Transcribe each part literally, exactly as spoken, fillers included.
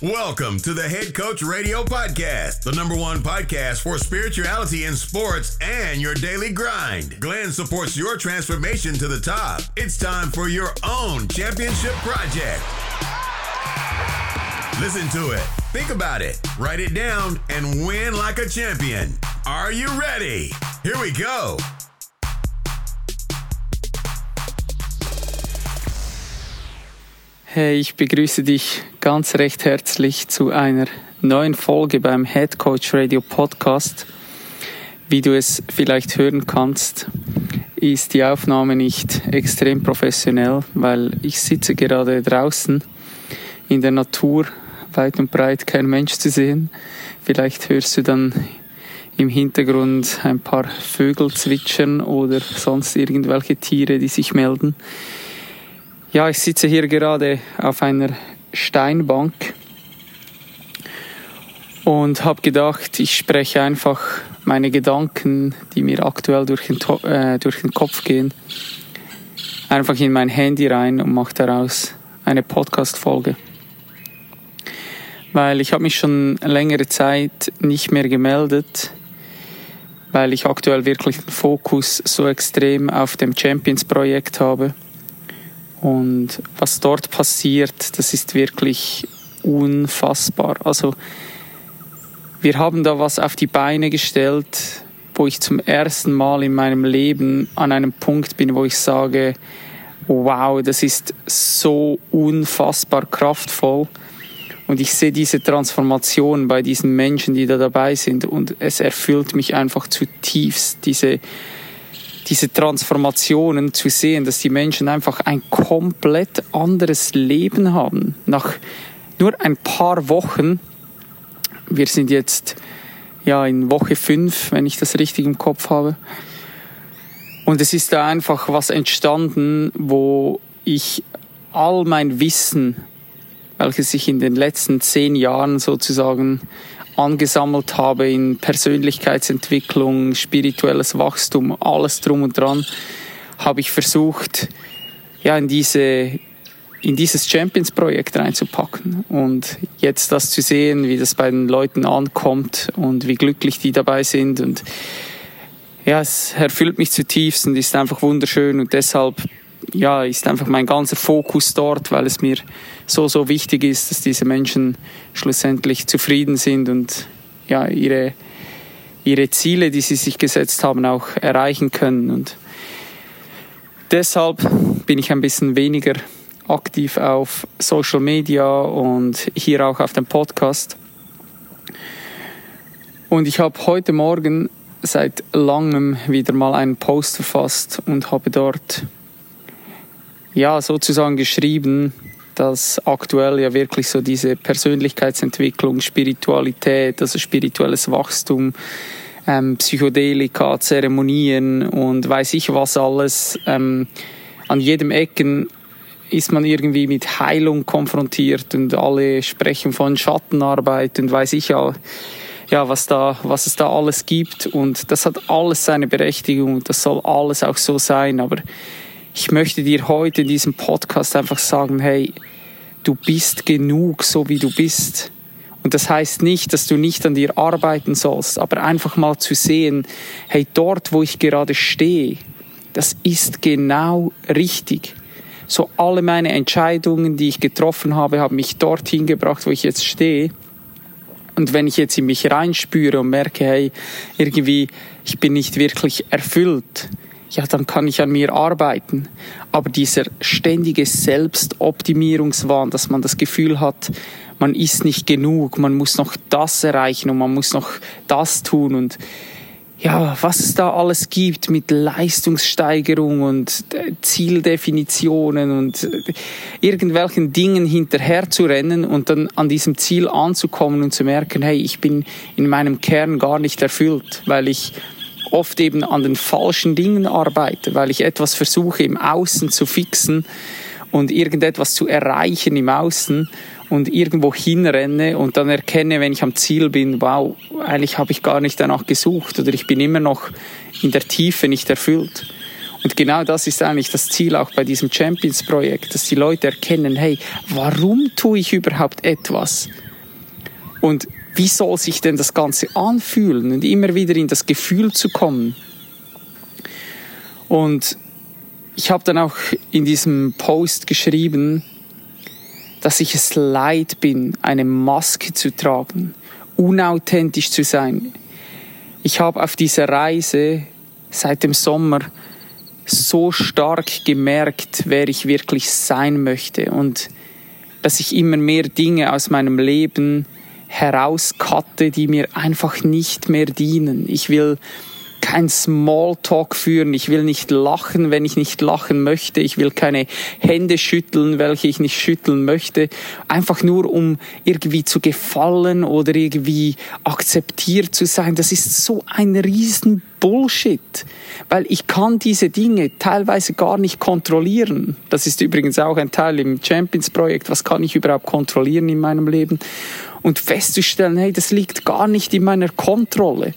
Welcome to the Head Coach Radio Podcast, the number one podcast for spirituality in sports and your daily grind. Glenn supports your transformation to the top. It's time for your own championship project. Listen to it, think about it, write it down, and win like a champion. Are you ready? Here we go. Hey, ich begrüße dich ganz recht herzlich zu einer neuen Folge beim Head Coach Radio Podcast. Wie du es vielleicht hören kannst, ist die Aufnahme nicht extrem professionell, weil ich sitze gerade draußen in der Natur, weit und breit kein Mensch zu sehen. Vielleicht hörst du dann im Hintergrund ein paar Vögel zwitschern oder sonst irgendwelche Tiere, die sich melden. Ja, ich sitze hier gerade auf einer Steinbank und habe gedacht, ich spreche einfach meine Gedanken, die mir aktuell durch den, äh, durch den Kopf gehen, einfach in mein Handy rein und mache daraus eine Podcast-Folge. Weil ich habe mich schon längere Zeit nicht mehr gemeldet, weil ich aktuell wirklich den Fokus so extrem auf dem Champions-Projekt habe. Und was dort passiert, das ist wirklich unfassbar. Also wir haben da was auf die Beine gestellt, wo ich zum ersten Mal in meinem Leben an einem Punkt bin, wo ich sage, wow, das ist so unfassbar kraftvoll. Und ich sehe diese Transformation bei diesen Menschen, die da dabei sind. Und es erfüllt mich einfach zutiefst, diese diese Transformationen zu sehen, dass die Menschen einfach ein komplett anderes Leben haben. Nach nur ein paar Wochen, wir sind jetzt ja in Woche fünf, wenn ich das richtig im Kopf habe, und es ist da einfach was entstanden, wo ich all mein Wissen, welches ich in den letzten zehn Jahren sozusagen angesammelt habe in Persönlichkeitsentwicklung, spirituelles Wachstum, alles drum und dran, habe ich versucht, ja, in diese, in dieses Champions-Projekt reinzupacken. Und jetzt das zu sehen, wie das bei den Leuten ankommt und wie glücklich die dabei sind. Und ja, es erfüllt mich zutiefst und ist einfach wunderschön. Und deshalb, ja, ist einfach mein ganzer Fokus dort, weil es mir so, so wichtig ist, dass diese Menschen schlussendlich zufrieden sind und ja, ihre, ihre Ziele, die sie sich gesetzt haben, auch erreichen können. Und deshalb bin ich ein bisschen weniger aktiv auf Social Media und hier auch auf dem Podcast. Und ich habe heute Morgen seit langem wieder mal einen Post verfasst und habe dort ja sozusagen geschrieben, dass aktuell ja wirklich so diese Persönlichkeitsentwicklung, Spiritualität, also spirituelles Wachstum, ähm, Psychedelika, Zeremonien und weiß ich was alles, ähm, an jedem Ecken ist man irgendwie mit Heilung konfrontiert und alle sprechen von Schattenarbeit und weiß ich ja, ja was da, was es da alles gibt, und das hat alles seine Berechtigung und das soll alles auch so sein, aber ich möchte dir heute in diesem Podcast einfach sagen, hey, du bist genug, so wie du bist. Und das heißt nicht, dass du nicht an dir arbeiten sollst, aber einfach mal zu sehen, hey, dort, wo ich gerade stehe, das ist genau richtig. So alle meine Entscheidungen, die ich getroffen habe, haben mich dorthin gebracht, wo ich jetzt stehe. Und wenn ich jetzt in mich reinspüre und merke, hey, irgendwie, ich bin nicht wirklich erfüllt, ja, dann kann ich an mir arbeiten. Aber dieser ständige Selbstoptimierungswahn, dass man das Gefühl hat, man ist nicht genug, man muss noch das erreichen und man muss noch das tun und ja, was es da alles gibt mit Leistungssteigerung und Zieldefinitionen und irgendwelchen Dingen hinterher zu rennen und dann an diesem Ziel anzukommen und zu merken, hey, ich bin in meinem Kern gar nicht erfüllt, weil ich oft eben an den falschen Dingen arbeite, weil ich etwas versuche im Außen zu fixen und irgendetwas zu erreichen im Außen und irgendwo hinrenne und dann erkenne, wenn ich am Ziel bin, wow, eigentlich habe ich gar nicht danach gesucht oder ich bin immer noch in der Tiefe nicht erfüllt. Und genau das ist eigentlich das Ziel auch bei diesem Champions-Projekt, dass die Leute erkennen, hey, warum tue ich überhaupt etwas? Und wie soll sich denn das Ganze anfühlen und immer wieder in das Gefühl zu kommen? Und ich habe dann auch in diesem Post geschrieben, dass ich es leid bin, eine Maske zu tragen, unauthentisch zu sein. Ich habe auf dieser Reise seit dem Sommer so stark gemerkt, wer ich wirklich sein möchte und dass ich immer mehr Dinge aus meinem Leben herauskatte, die mir einfach nicht mehr dienen. Ich will kein Smalltalk führen, ich will nicht lachen, wenn ich nicht lachen möchte, ich will keine Hände schütteln, welche ich nicht schütteln möchte, einfach nur um irgendwie zu gefallen oder irgendwie akzeptiert zu sein. Das ist so ein riesen Bullshit, weil ich kann diese Dinge teilweise gar nicht kontrollieren. Das ist übrigens auch ein Teil im Champions-Projekt, was kann ich überhaupt kontrollieren in meinem Leben? Und festzustellen, hey, das liegt gar nicht in meiner Kontrolle.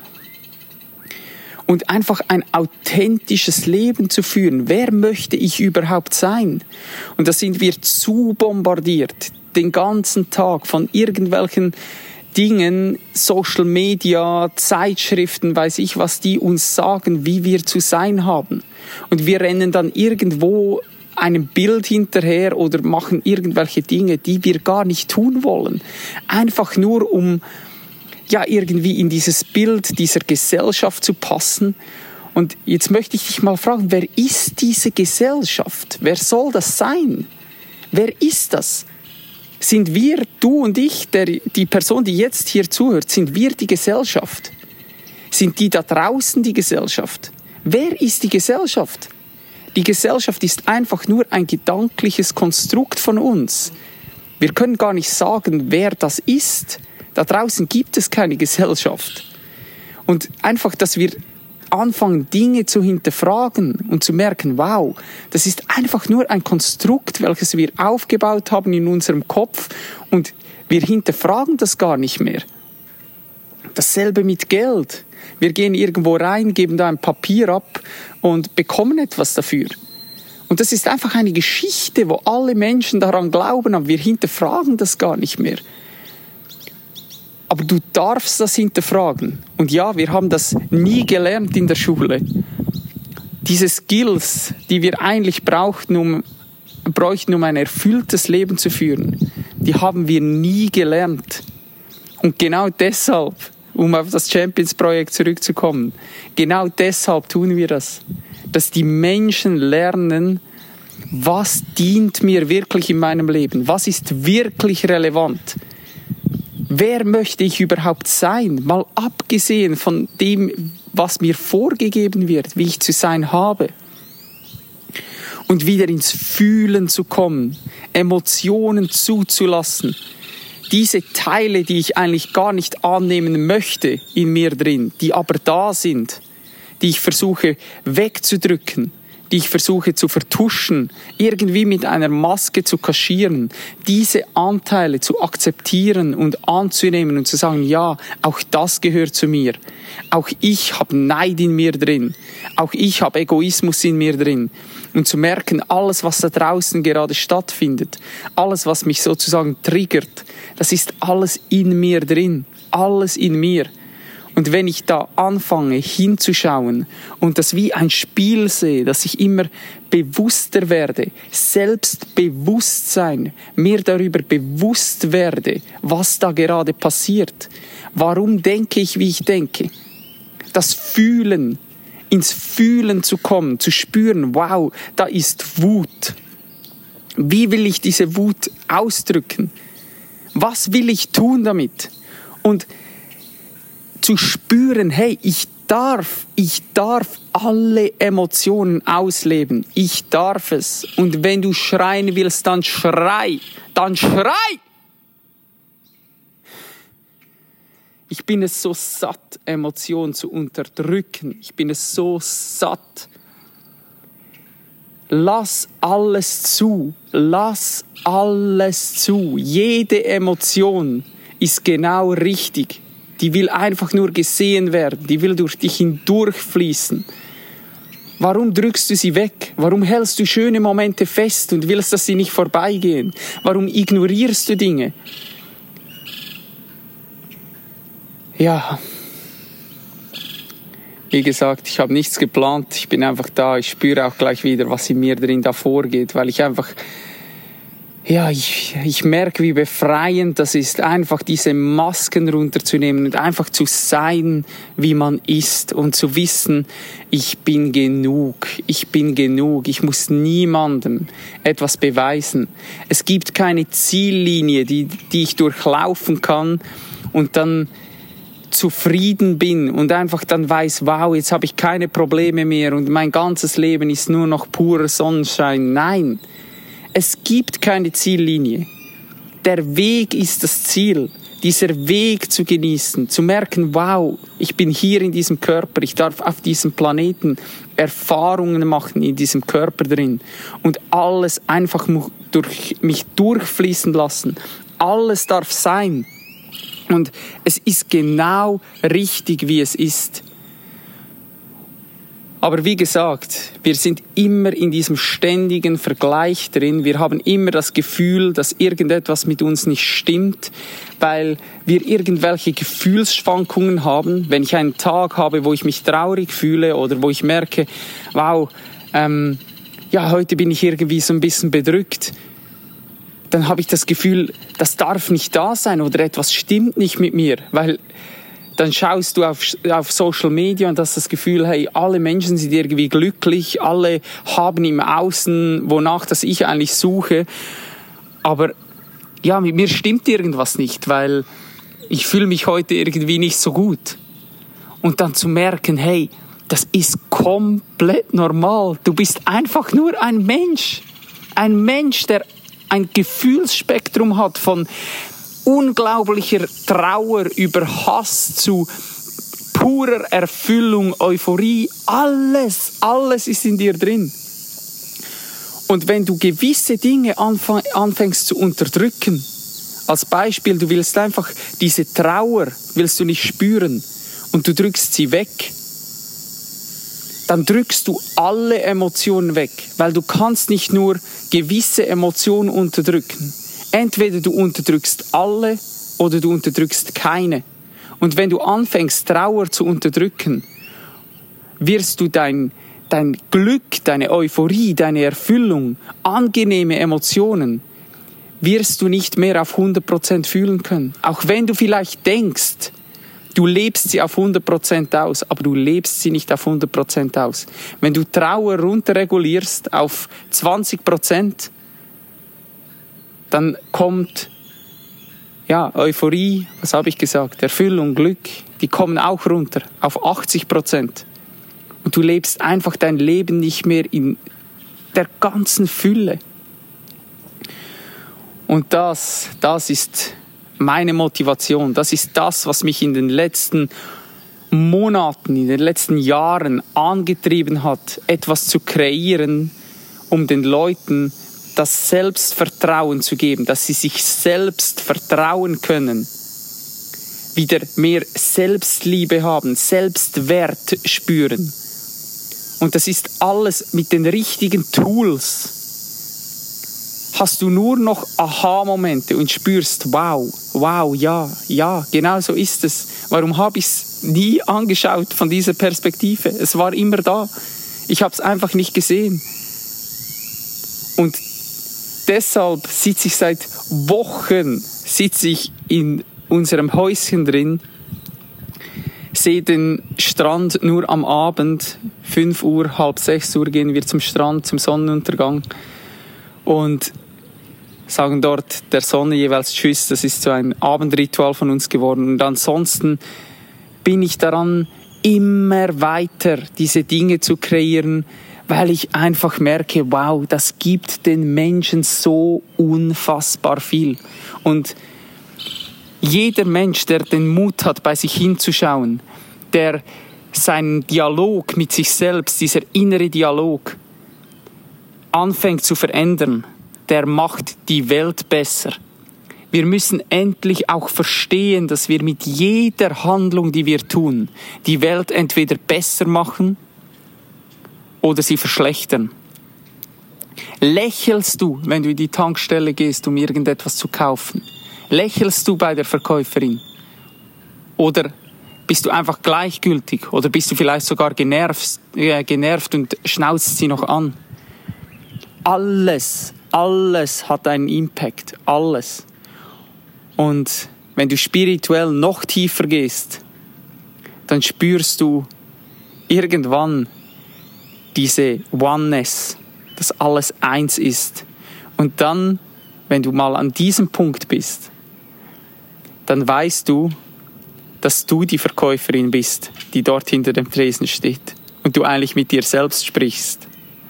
Und einfach ein authentisches Leben zu führen. Wer möchte ich überhaupt sein? Und da sind wir zu bombardiert, den ganzen Tag von irgendwelchen Dingen, Social Media, Zeitschriften, weiß ich was, die uns sagen, wie wir zu sein haben. Und wir rennen dann irgendwo einem Bild hinterher oder machen irgendwelche Dinge, die wir gar nicht tun wollen. Einfach nur um ja irgendwie in dieses Bild dieser Gesellschaft zu passen. Und jetzt möchte ich dich mal fragen, wer ist diese Gesellschaft? Wer soll das sein? Wer ist das? Sind wir, du und ich, der, die Person, die jetzt hier zuhört, sind wir die Gesellschaft? Sind die da draußen die Gesellschaft? Wer ist die Gesellschaft? Die Gesellschaft ist einfach nur ein gedankliches Konstrukt von uns. Wir können gar nicht sagen, wer das ist. Da draußen gibt es keine Gesellschaft. Und einfach, dass wir anfangen, Dinge zu hinterfragen und zu merken, wow, das ist einfach nur ein Konstrukt, welches wir aufgebaut haben in unserem Kopf und wir hinterfragen das gar nicht mehr. Dasselbe mit Geld. Wir gehen irgendwo rein, geben da ein Papier ab und bekommen etwas dafür. Und das ist einfach eine Geschichte, wo alle Menschen daran glauben, aber wir hinterfragen das gar nicht mehr. Aber du darfst das hinterfragen. Und ja, wir haben das nie gelernt in der Schule. Diese Skills, die wir eigentlich brauchten, um, bräuchten, um ein erfülltes Leben zu führen, die haben wir nie gelernt. Und genau deshalb, um auf das Champions-Projekt zurückzukommen, genau deshalb tun wir das. Dass die Menschen lernen, was dient mir wirklich in meinem Leben? Was ist wirklich relevant? Wer möchte ich überhaupt sein? Mal abgesehen von dem, was mir vorgegeben wird, wie ich zu sein habe. Und wieder ins Fühlen zu kommen, Emotionen zuzulassen. Diese Teile, die ich eigentlich gar nicht annehmen möchte in mir drin, die aber da sind, die ich versuche wegzudrücken, die ich versuche zu vertuschen, irgendwie mit einer Maske zu kaschieren, diese Anteile zu akzeptieren und anzunehmen und zu sagen, ja, auch das gehört zu mir. Auch ich habe Neid in mir drin. Auch ich habe Egoismus in mir drin. Und zu merken, alles, was da draußen gerade stattfindet, alles, was mich sozusagen triggert, das ist alles in mir drin. Alles in mir. Und wenn ich da anfange hinzuschauen und das wie ein Spiel sehe, dass ich immer bewusster werde, Selbstbewusstsein, mir darüber bewusst werde, was da gerade passiert, warum denke ich, wie ich denke, das Fühlen, ins Fühlen zu kommen, zu spüren, wow, da ist Wut. Wie will ich diese Wut ausdrücken? Was will ich tun damit? Und zu spüren, hey, ich darf, ich darf alle Emotionen ausleben. Ich darf es. Und wenn du schreien willst, dann schrei. Dann schrei! Ich bin es so satt, Emotionen zu unterdrücken. Ich bin es so satt. Lass alles zu. Lass alles zu. Jede Emotion ist genau richtig. Die will einfach nur gesehen werden. Die will durch dich hindurchfließen. Warum drückst du sie weg? Warum hältst du schöne Momente fest und willst, dass sie nicht vorbeigehen? Warum ignorierst du Dinge? ja, wie gesagt, ich habe nichts geplant, ich bin einfach da, ich spüre auch gleich wieder, was in mir drin da vorgeht, weil ich einfach, ja, ich, ich merke, wie befreiend das ist, einfach diese Masken runterzunehmen und einfach zu sein, wie man ist und zu wissen, ich bin genug, ich bin genug, ich muss niemandem etwas beweisen. Es gibt keine Ziellinie, die, die ich durchlaufen kann und dann zufrieden bin und einfach dann weiß, wow, jetzt habe ich keine Probleme mehr und mein ganzes Leben ist nur noch purer Sonnenschein. Nein, es gibt keine Ziellinie. Der Weg ist das Ziel. Dieser Weg zu genießen, zu merken, wow, ich bin hier in diesem Körper, ich darf auf diesem Planeten Erfahrungen machen in diesem Körper drin und alles einfach durch mich durchfließen lassen. Alles darf sein. Und es ist genau richtig, wie es ist. Aber wie gesagt, wir sind immer in diesem ständigen Vergleich drin. Wir haben immer das Gefühl, dass irgendetwas mit uns nicht stimmt, weil wir irgendwelche Gefühlsschwankungen haben. Wenn ich einen Tag habe, wo ich mich traurig fühle oder wo ich merke, wow, ähm, ja, heute bin ich irgendwie so ein bisschen bedrückt, dann habe ich das Gefühl, das darf nicht da sein oder etwas stimmt nicht mit mir, weil dann schaust du auf, auf Social Media und hast das Gefühl, hey, alle Menschen sind irgendwie glücklich, alle haben im Außen, wonach das ich eigentlich suche, aber ja, mit mir stimmt irgendwas nicht, weil ich fühle mich heute irgendwie nicht so gut. Und dann zu merken, hey, das ist komplett normal, du bist einfach nur ein Mensch, ein Mensch, der ein Gefühlsspektrum hat von unglaublicher Trauer über Hass zu purer Erfüllung, Euphorie, alles, alles ist in dir drin. Und wenn du gewisse Dinge anfang, anfängst zu unterdrücken, als Beispiel, du willst einfach diese Trauer, willst du nicht spüren und du drückst sie weg, dann drückst du alle Emotionen weg, weil du kannst nicht nur gewisse Emotionen unterdrücken. Entweder du unterdrückst alle oder du unterdrückst keine. Und wenn du anfängst, Trauer zu unterdrücken, wirst du dein, dein Glück, deine Euphorie, deine Erfüllung, angenehme Emotionen, wirst du nicht mehr auf hundert Prozent fühlen können. Auch wenn du vielleicht denkst, du lebst sie auf hundert Prozent aus, aber du lebst sie nicht auf hundert Prozent aus. Wenn du Trauer runterregulierst auf zwanzig Prozent, dann kommt ja, Euphorie, was habe ich gesagt, Erfüllung, Glück, die kommen auch runter auf achtzig Prozent. Und du lebst einfach dein Leben nicht mehr in der ganzen Fülle. Und das, das ist meine Motivation, das ist das, was mich in den letzten Monaten, in den letzten Jahren angetrieben hat, etwas zu kreieren, um den Leuten das Selbstvertrauen zu geben, dass sie sich selbst vertrauen können, wieder mehr Selbstliebe haben, Selbstwert spüren. Und das ist alles mit den richtigen Tools. Hast du nur noch Aha-Momente und spürst, wow, wow, ja, ja, genau so ist es. Warum habe ich es nie angeschaut von dieser Perspektive? Es war immer da. Ich habe es einfach nicht gesehen. Und deshalb sitze ich seit Wochen sitze ich in unserem Häuschen drin, sehe den Strand nur am Abend, fünf Uhr, halb sechs Uhr gehen wir zum Strand, zum Sonnenuntergang und sagen dort der Sonne jeweils Tschüss. Das ist so ein Abendritual von uns geworden. Und ansonsten bin ich daran, immer weiter diese Dinge zu kreieren, weil ich einfach merke, wow, das gibt den Menschen so unfassbar viel. Und jeder Mensch, der den Mut hat, bei sich hinzuschauen, der seinen Dialog mit sich selbst, dieser innere Dialog, anfängt zu verändern, der macht die Welt besser. Wir müssen endlich auch verstehen, dass wir mit jeder Handlung, die wir tun, die Welt entweder besser machen oder sie verschlechtern. Lächelst du, wenn du in die Tankstelle gehst, um irgendetwas zu kaufen? Lächelst du bei der Verkäuferin? Oder Bist du einfach gleichgültig oder bist du vielleicht sogar genervt, äh, genervt und schnauzt sie noch an? Alles, alles hat einen Impact, alles. Und wenn du spirituell noch tiefer gehst, dann spürst du irgendwann diese Oneness, dass alles eins ist. Und dann, wenn du mal an diesem Punkt bist, dann weißt du, dass du die Verkäuferin bist, die dort hinter dem Tresen steht und du eigentlich mit dir selbst sprichst.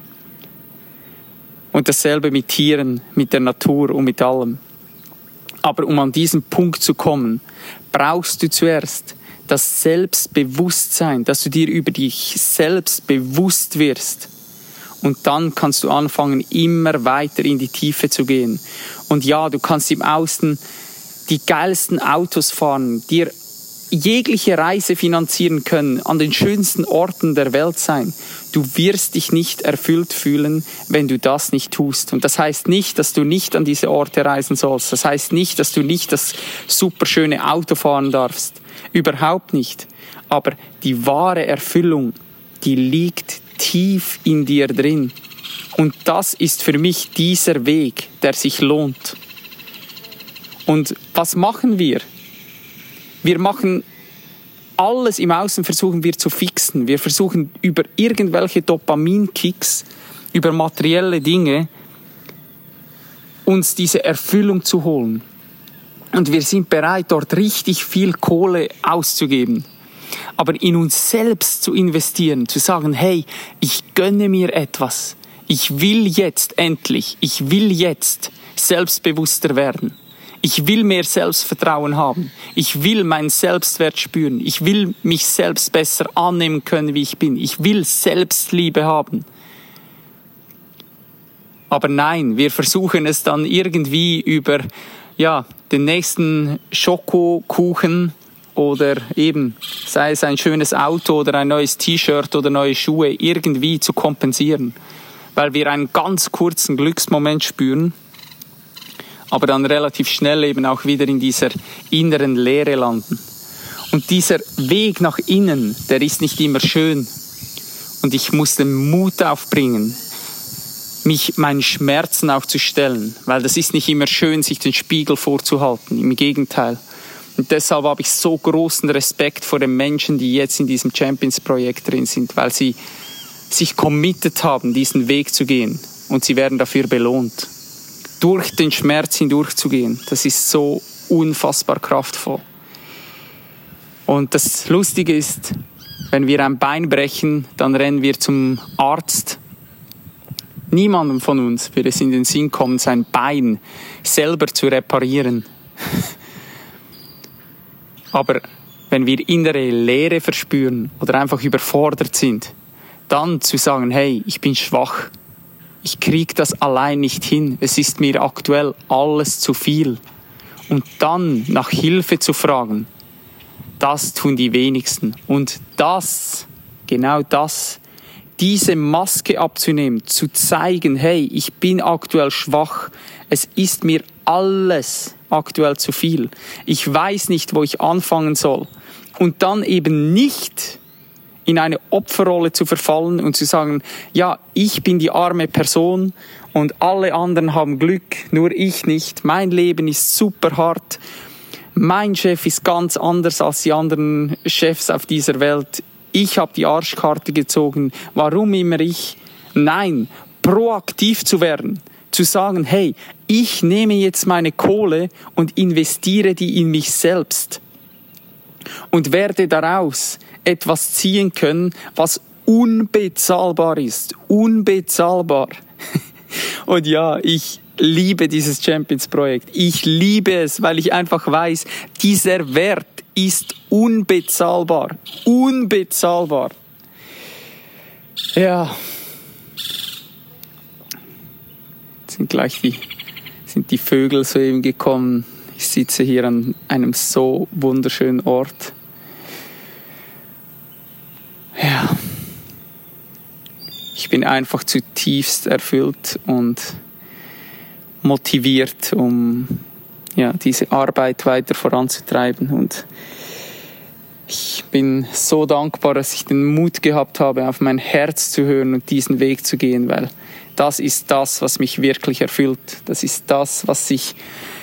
Und dasselbe mit Tieren, mit der Natur und mit allem. Aber um an diesen Punkt zu kommen, brauchst du zuerst das Selbstbewusstsein, dass du dir über dich selbst bewusst wirst. Und dann kannst du anfangen, immer weiter in die Tiefe zu gehen. Und ja, du kannst im Außen die geilsten Autos fahren, dir jegliche Reise finanzieren können, an den schönsten Orten der Welt sein. Du wirst dich nicht erfüllt fühlen, wenn du das nicht tust. Und das heißt nicht, dass du nicht an diese Orte reisen sollst. Das heißt nicht, dass du nicht das superschöne Auto fahren darfst. Überhaupt nicht. Aber die wahre Erfüllung, die liegt tief in dir drin. Und das ist für mich dieser Weg, der sich lohnt. Und was machen wir? Wir machen alles im Außen, versuchen wir zu fixen. Wir versuchen über irgendwelche Dopaminkicks, über materielle Dinge, uns diese Erfüllung zu holen. Und wir sind bereit, dort richtig viel Kohle auszugeben. Aber in uns selbst zu investieren, zu sagen, hey, ich gönne mir etwas. Ich will jetzt endlich, ich will jetzt selbstbewusster werden. Ich will mehr Selbstvertrauen haben. Ich will meinen Selbstwert spüren. Ich will mich selbst besser annehmen können, wie ich bin. Ich will Selbstliebe haben. Aber nein, wir versuchen es dann irgendwie über ja, den nächsten Schokokuchen oder eben, sei es ein schönes Auto oder ein neues T-Shirt oder neue Schuhe, irgendwie zu kompensieren. Weil wir einen ganz kurzen Glücksmoment spüren, aber dann relativ schnell eben auch wieder in dieser inneren Leere landen. Und dieser Weg nach innen, der ist nicht immer schön. Und ich muss den Mut aufbringen, mich meinen Schmerzen auch zu stellen, weil das ist nicht immer schön, sich den Spiegel vorzuhalten, im Gegenteil. Und deshalb habe ich so großen Respekt vor den Menschen, die jetzt in diesem Champions-Projekt drin sind, weil sie sich committed haben, diesen Weg zu gehen und sie werden dafür belohnt. Durch den Schmerz hindurchzugehen, das ist so unfassbar kraftvoll. Und das Lustige ist, wenn wir ein Bein brechen, dann rennen wir zum Arzt. Niemandem von uns wird es in den Sinn kommen, sein Bein selber zu reparieren. Aber wenn wir innere Leere verspüren oder einfach überfordert sind, dann zu sagen, hey, ich bin schwach. Ich kriege das allein nicht hin. Es ist mir aktuell alles zu viel. Und dann nach Hilfe zu fragen, das tun die wenigsten. Und das, genau das, diese Maske abzunehmen, zu zeigen, hey, ich bin aktuell schwach. Es ist mir alles aktuell zu viel. Ich weiß nicht, wo ich anfangen soll. Und dann eben nicht in eine Opferrolle zu verfallen und zu sagen, ja, ich bin die arme Person und alle anderen haben Glück, nur ich nicht. Mein Leben ist super hart. Mein Chef ist ganz anders als die anderen Chefs auf dieser Welt. Ich habe die Arschkarte gezogen. Warum immer ich? Nein, proaktiv zu werden. Zu sagen, hey, ich nehme jetzt meine Kohle und investiere die in mich selbst. Und werde daraus etwas ziehen können, was unbezahlbar ist. Unbezahlbar. Und ja, ich liebe dieses Champions-Projekt. Ich liebe es, weil ich einfach weiß, dieser Wert ist unbezahlbar. Unbezahlbar. Ja. Jetzt sind gleich die, sind die Vögel soeben gekommen. Ich sitze hier an einem so wunderschönen Ort. Ja, ich bin einfach zutiefst erfüllt und motiviert, um ja, diese Arbeit weiter voranzutreiben. Und ich bin so dankbar, dass ich den Mut gehabt habe, auf mein Herz zu hören und diesen Weg zu gehen, weil das ist das, was mich wirklich erfüllt. Das ist das, was sich,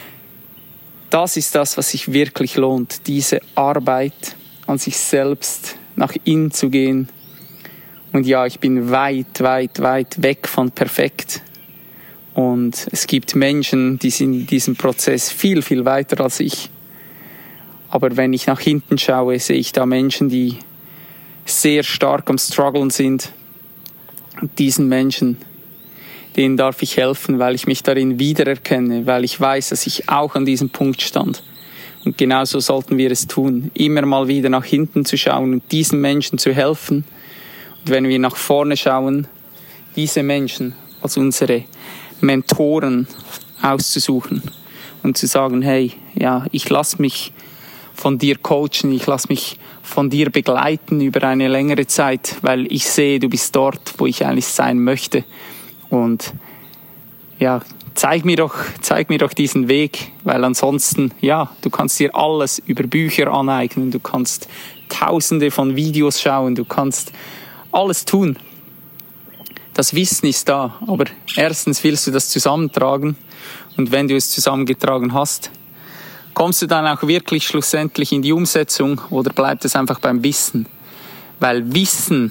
das ist das, was sich wirklich lohnt. Diese Arbeit an sich selbst, nach innen zu gehen. Und ja, ich bin weit, weit, weit weg von perfekt. Und es gibt Menschen, die sind in diesem Prozess viel, viel weiter als ich. Aber wenn ich nach hinten schaue, sehe ich da Menschen, die sehr stark am Struggeln sind. Und diesen Menschen, denen darf ich helfen, weil ich mich darin wiedererkenne, weil ich weiß, dass ich auch an diesem Punkt stand. Und genauso sollten wir es tun, immer mal wieder nach hinten zu schauen und diesen Menschen zu helfen. Und wenn wir nach vorne schauen, diese Menschen als unsere Mentoren auszusuchen und zu sagen, hey, ja, ich lasse mich von dir coachen, ich lasse mich von dir begleiten über eine längere Zeit, weil ich sehe, du bist dort, wo ich eigentlich sein möchte. Und ja, zeig mir doch, zeig mir doch diesen Weg, weil ansonsten, ja, du kannst dir alles über Bücher aneignen, du kannst tausende von Videos schauen, du kannst alles tun. Das Wissen ist da, aber erstens willst du das zusammentragen und wenn du es zusammengetragen hast, kommst du dann auch wirklich schlussendlich in die Umsetzung oder bleibt es einfach beim Wissen? Weil Wissen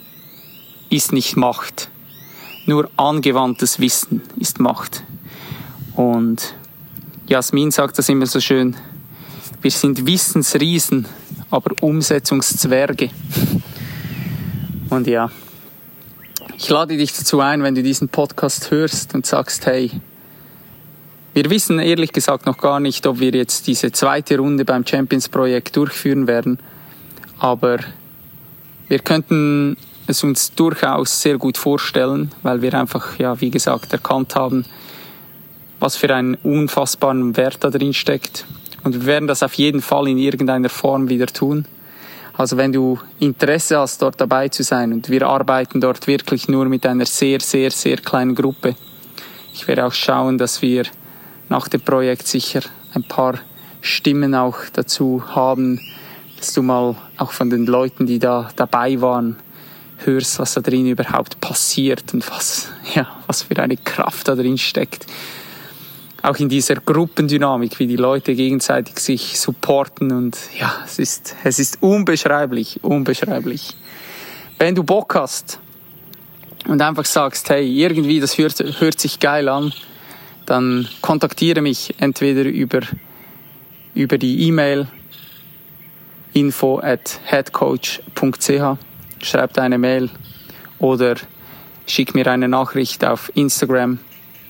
ist nicht Macht. Nur angewandtes Wissen ist Macht. Und Jasmin sagt das immer so schön, wir sind Wissensriesen, aber Umsetzungszwerge. Und ja, ich lade dich dazu ein, wenn du diesen Podcast hörst und sagst, hey, wir wissen ehrlich gesagt noch gar nicht, ob wir jetzt diese zweite Runde beim Champions-Projekt durchführen werden, aber wir könnten es uns durchaus sehr gut vorstellen, weil wir einfach, ja, wie gesagt, erkannt haben, was für einen unfassbaren Wert da drin steckt. Und wir werden das auf jeden Fall in irgendeiner Form wieder tun. Also wenn du Interesse hast, dort dabei zu sein, und wir arbeiten dort wirklich nur mit einer sehr, sehr, sehr kleinen Gruppe. Ich werde auch schauen, dass wir nach dem Projekt sicher ein paar Stimmen auch dazu haben, dass du mal auch von den Leuten, die da dabei waren, hörst, was da drin überhaupt passiert und was, ja, was für eine Kraft da drin steckt. Auch in dieser Gruppendynamik, wie die Leute gegenseitig sich supporten und ja, es ist, es ist unbeschreiblich, unbeschreiblich. Wenn du Bock hast und einfach sagst, hey, irgendwie das hört, hört sich geil an, dann kontaktiere mich entweder über, über die E-Mail info at headcoach punkt c h, schreib deine Mail oder schick mir eine Nachricht auf Instagram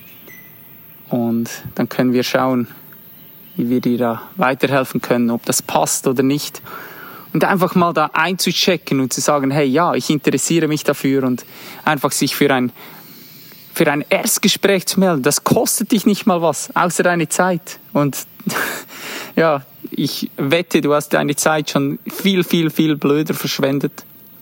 und dann können wir schauen, wie wir dir da weiterhelfen können, ob das passt oder nicht. Und einfach mal da einzuchecken und zu sagen, hey, ja, ich interessiere mich dafür und einfach sich für ein für ein Erstgespräch zu melden, das kostet dich nicht mal was, außer deine Zeit. Und ja, ich wette, du hast deine Zeit schon viel, viel, viel blöder verschwendet.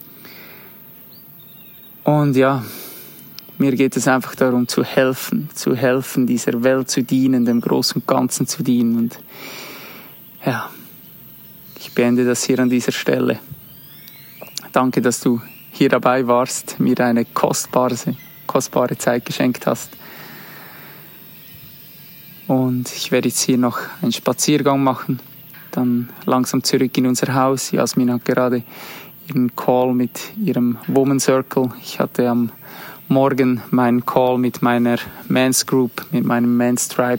Und ja, mir geht es einfach darum, zu helfen, zu helfen, dieser Welt zu dienen, dem Großen und Ganzen zu dienen. Und ja, ich beende das hier an dieser Stelle. Danke, dass du hier dabei warst, mir eine kostbare, kostbare Zeit geschenkt hast. Und ich werde jetzt hier noch einen Spaziergang machen, dann langsam zurück in unser Haus. Jasmin hat gerade ihren Call mit ihrem Woman Circle. Ich hatte am Morgen meinen Call mit meiner Men's Group, mit meinem Men's Tribe.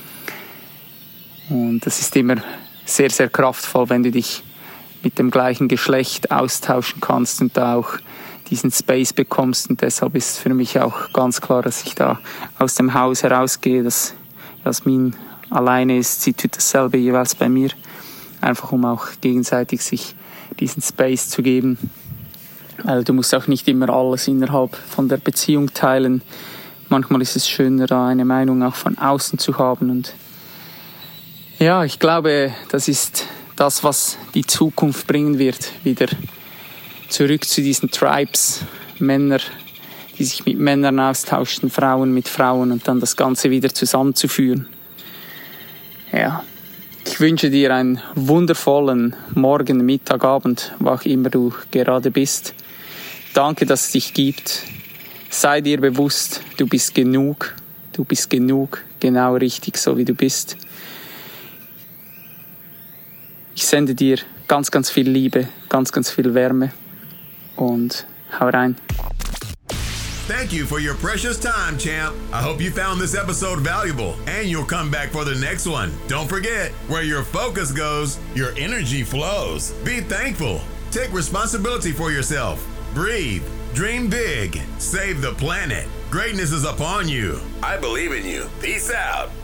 Und das ist immer sehr, sehr kraftvoll, wenn du dich mit dem gleichen Geschlecht austauschen kannst und da auch diesen Space bekommst. Und deshalb ist für mich auch ganz klar, dass ich da aus dem Haus herausgehe, dass Jasmin alleine ist. Sie tut dasselbe jeweils bei mir, einfach um auch gegenseitig sich diesen Space zu geben. Weil du musst auch nicht immer alles innerhalb von der Beziehung teilen. Manchmal ist es schöner, da eine Meinung auch von außen zu haben. Und ja, ich glaube, das ist das, was die Zukunft bringen wird. Wieder zurück zu diesen Tribes, Männer, die sich mit Männern austauschen, Frauen mit Frauen und dann das Ganze wieder zusammenzuführen. Ja, ich wünsche dir einen wundervollen Morgen, Mittag, Abend, wo auch immer du gerade bist. Danke, dass es dich gibt. Sei dir bewusst, du bist genug. Du bist genug, genau richtig, so wie du bist. Ich sende dir ganz, ganz viel Liebe, ganz, ganz viel Wärme und hau rein. Thank you for your precious time, champ. I hope you found this episode valuable and you'll come back for the next one. Don't forget, where your focus goes, your energy flows. Be thankful. Take responsibility for yourself. Breathe. Dream big. Save the planet. Greatness is upon you. I believe in you. Peace out.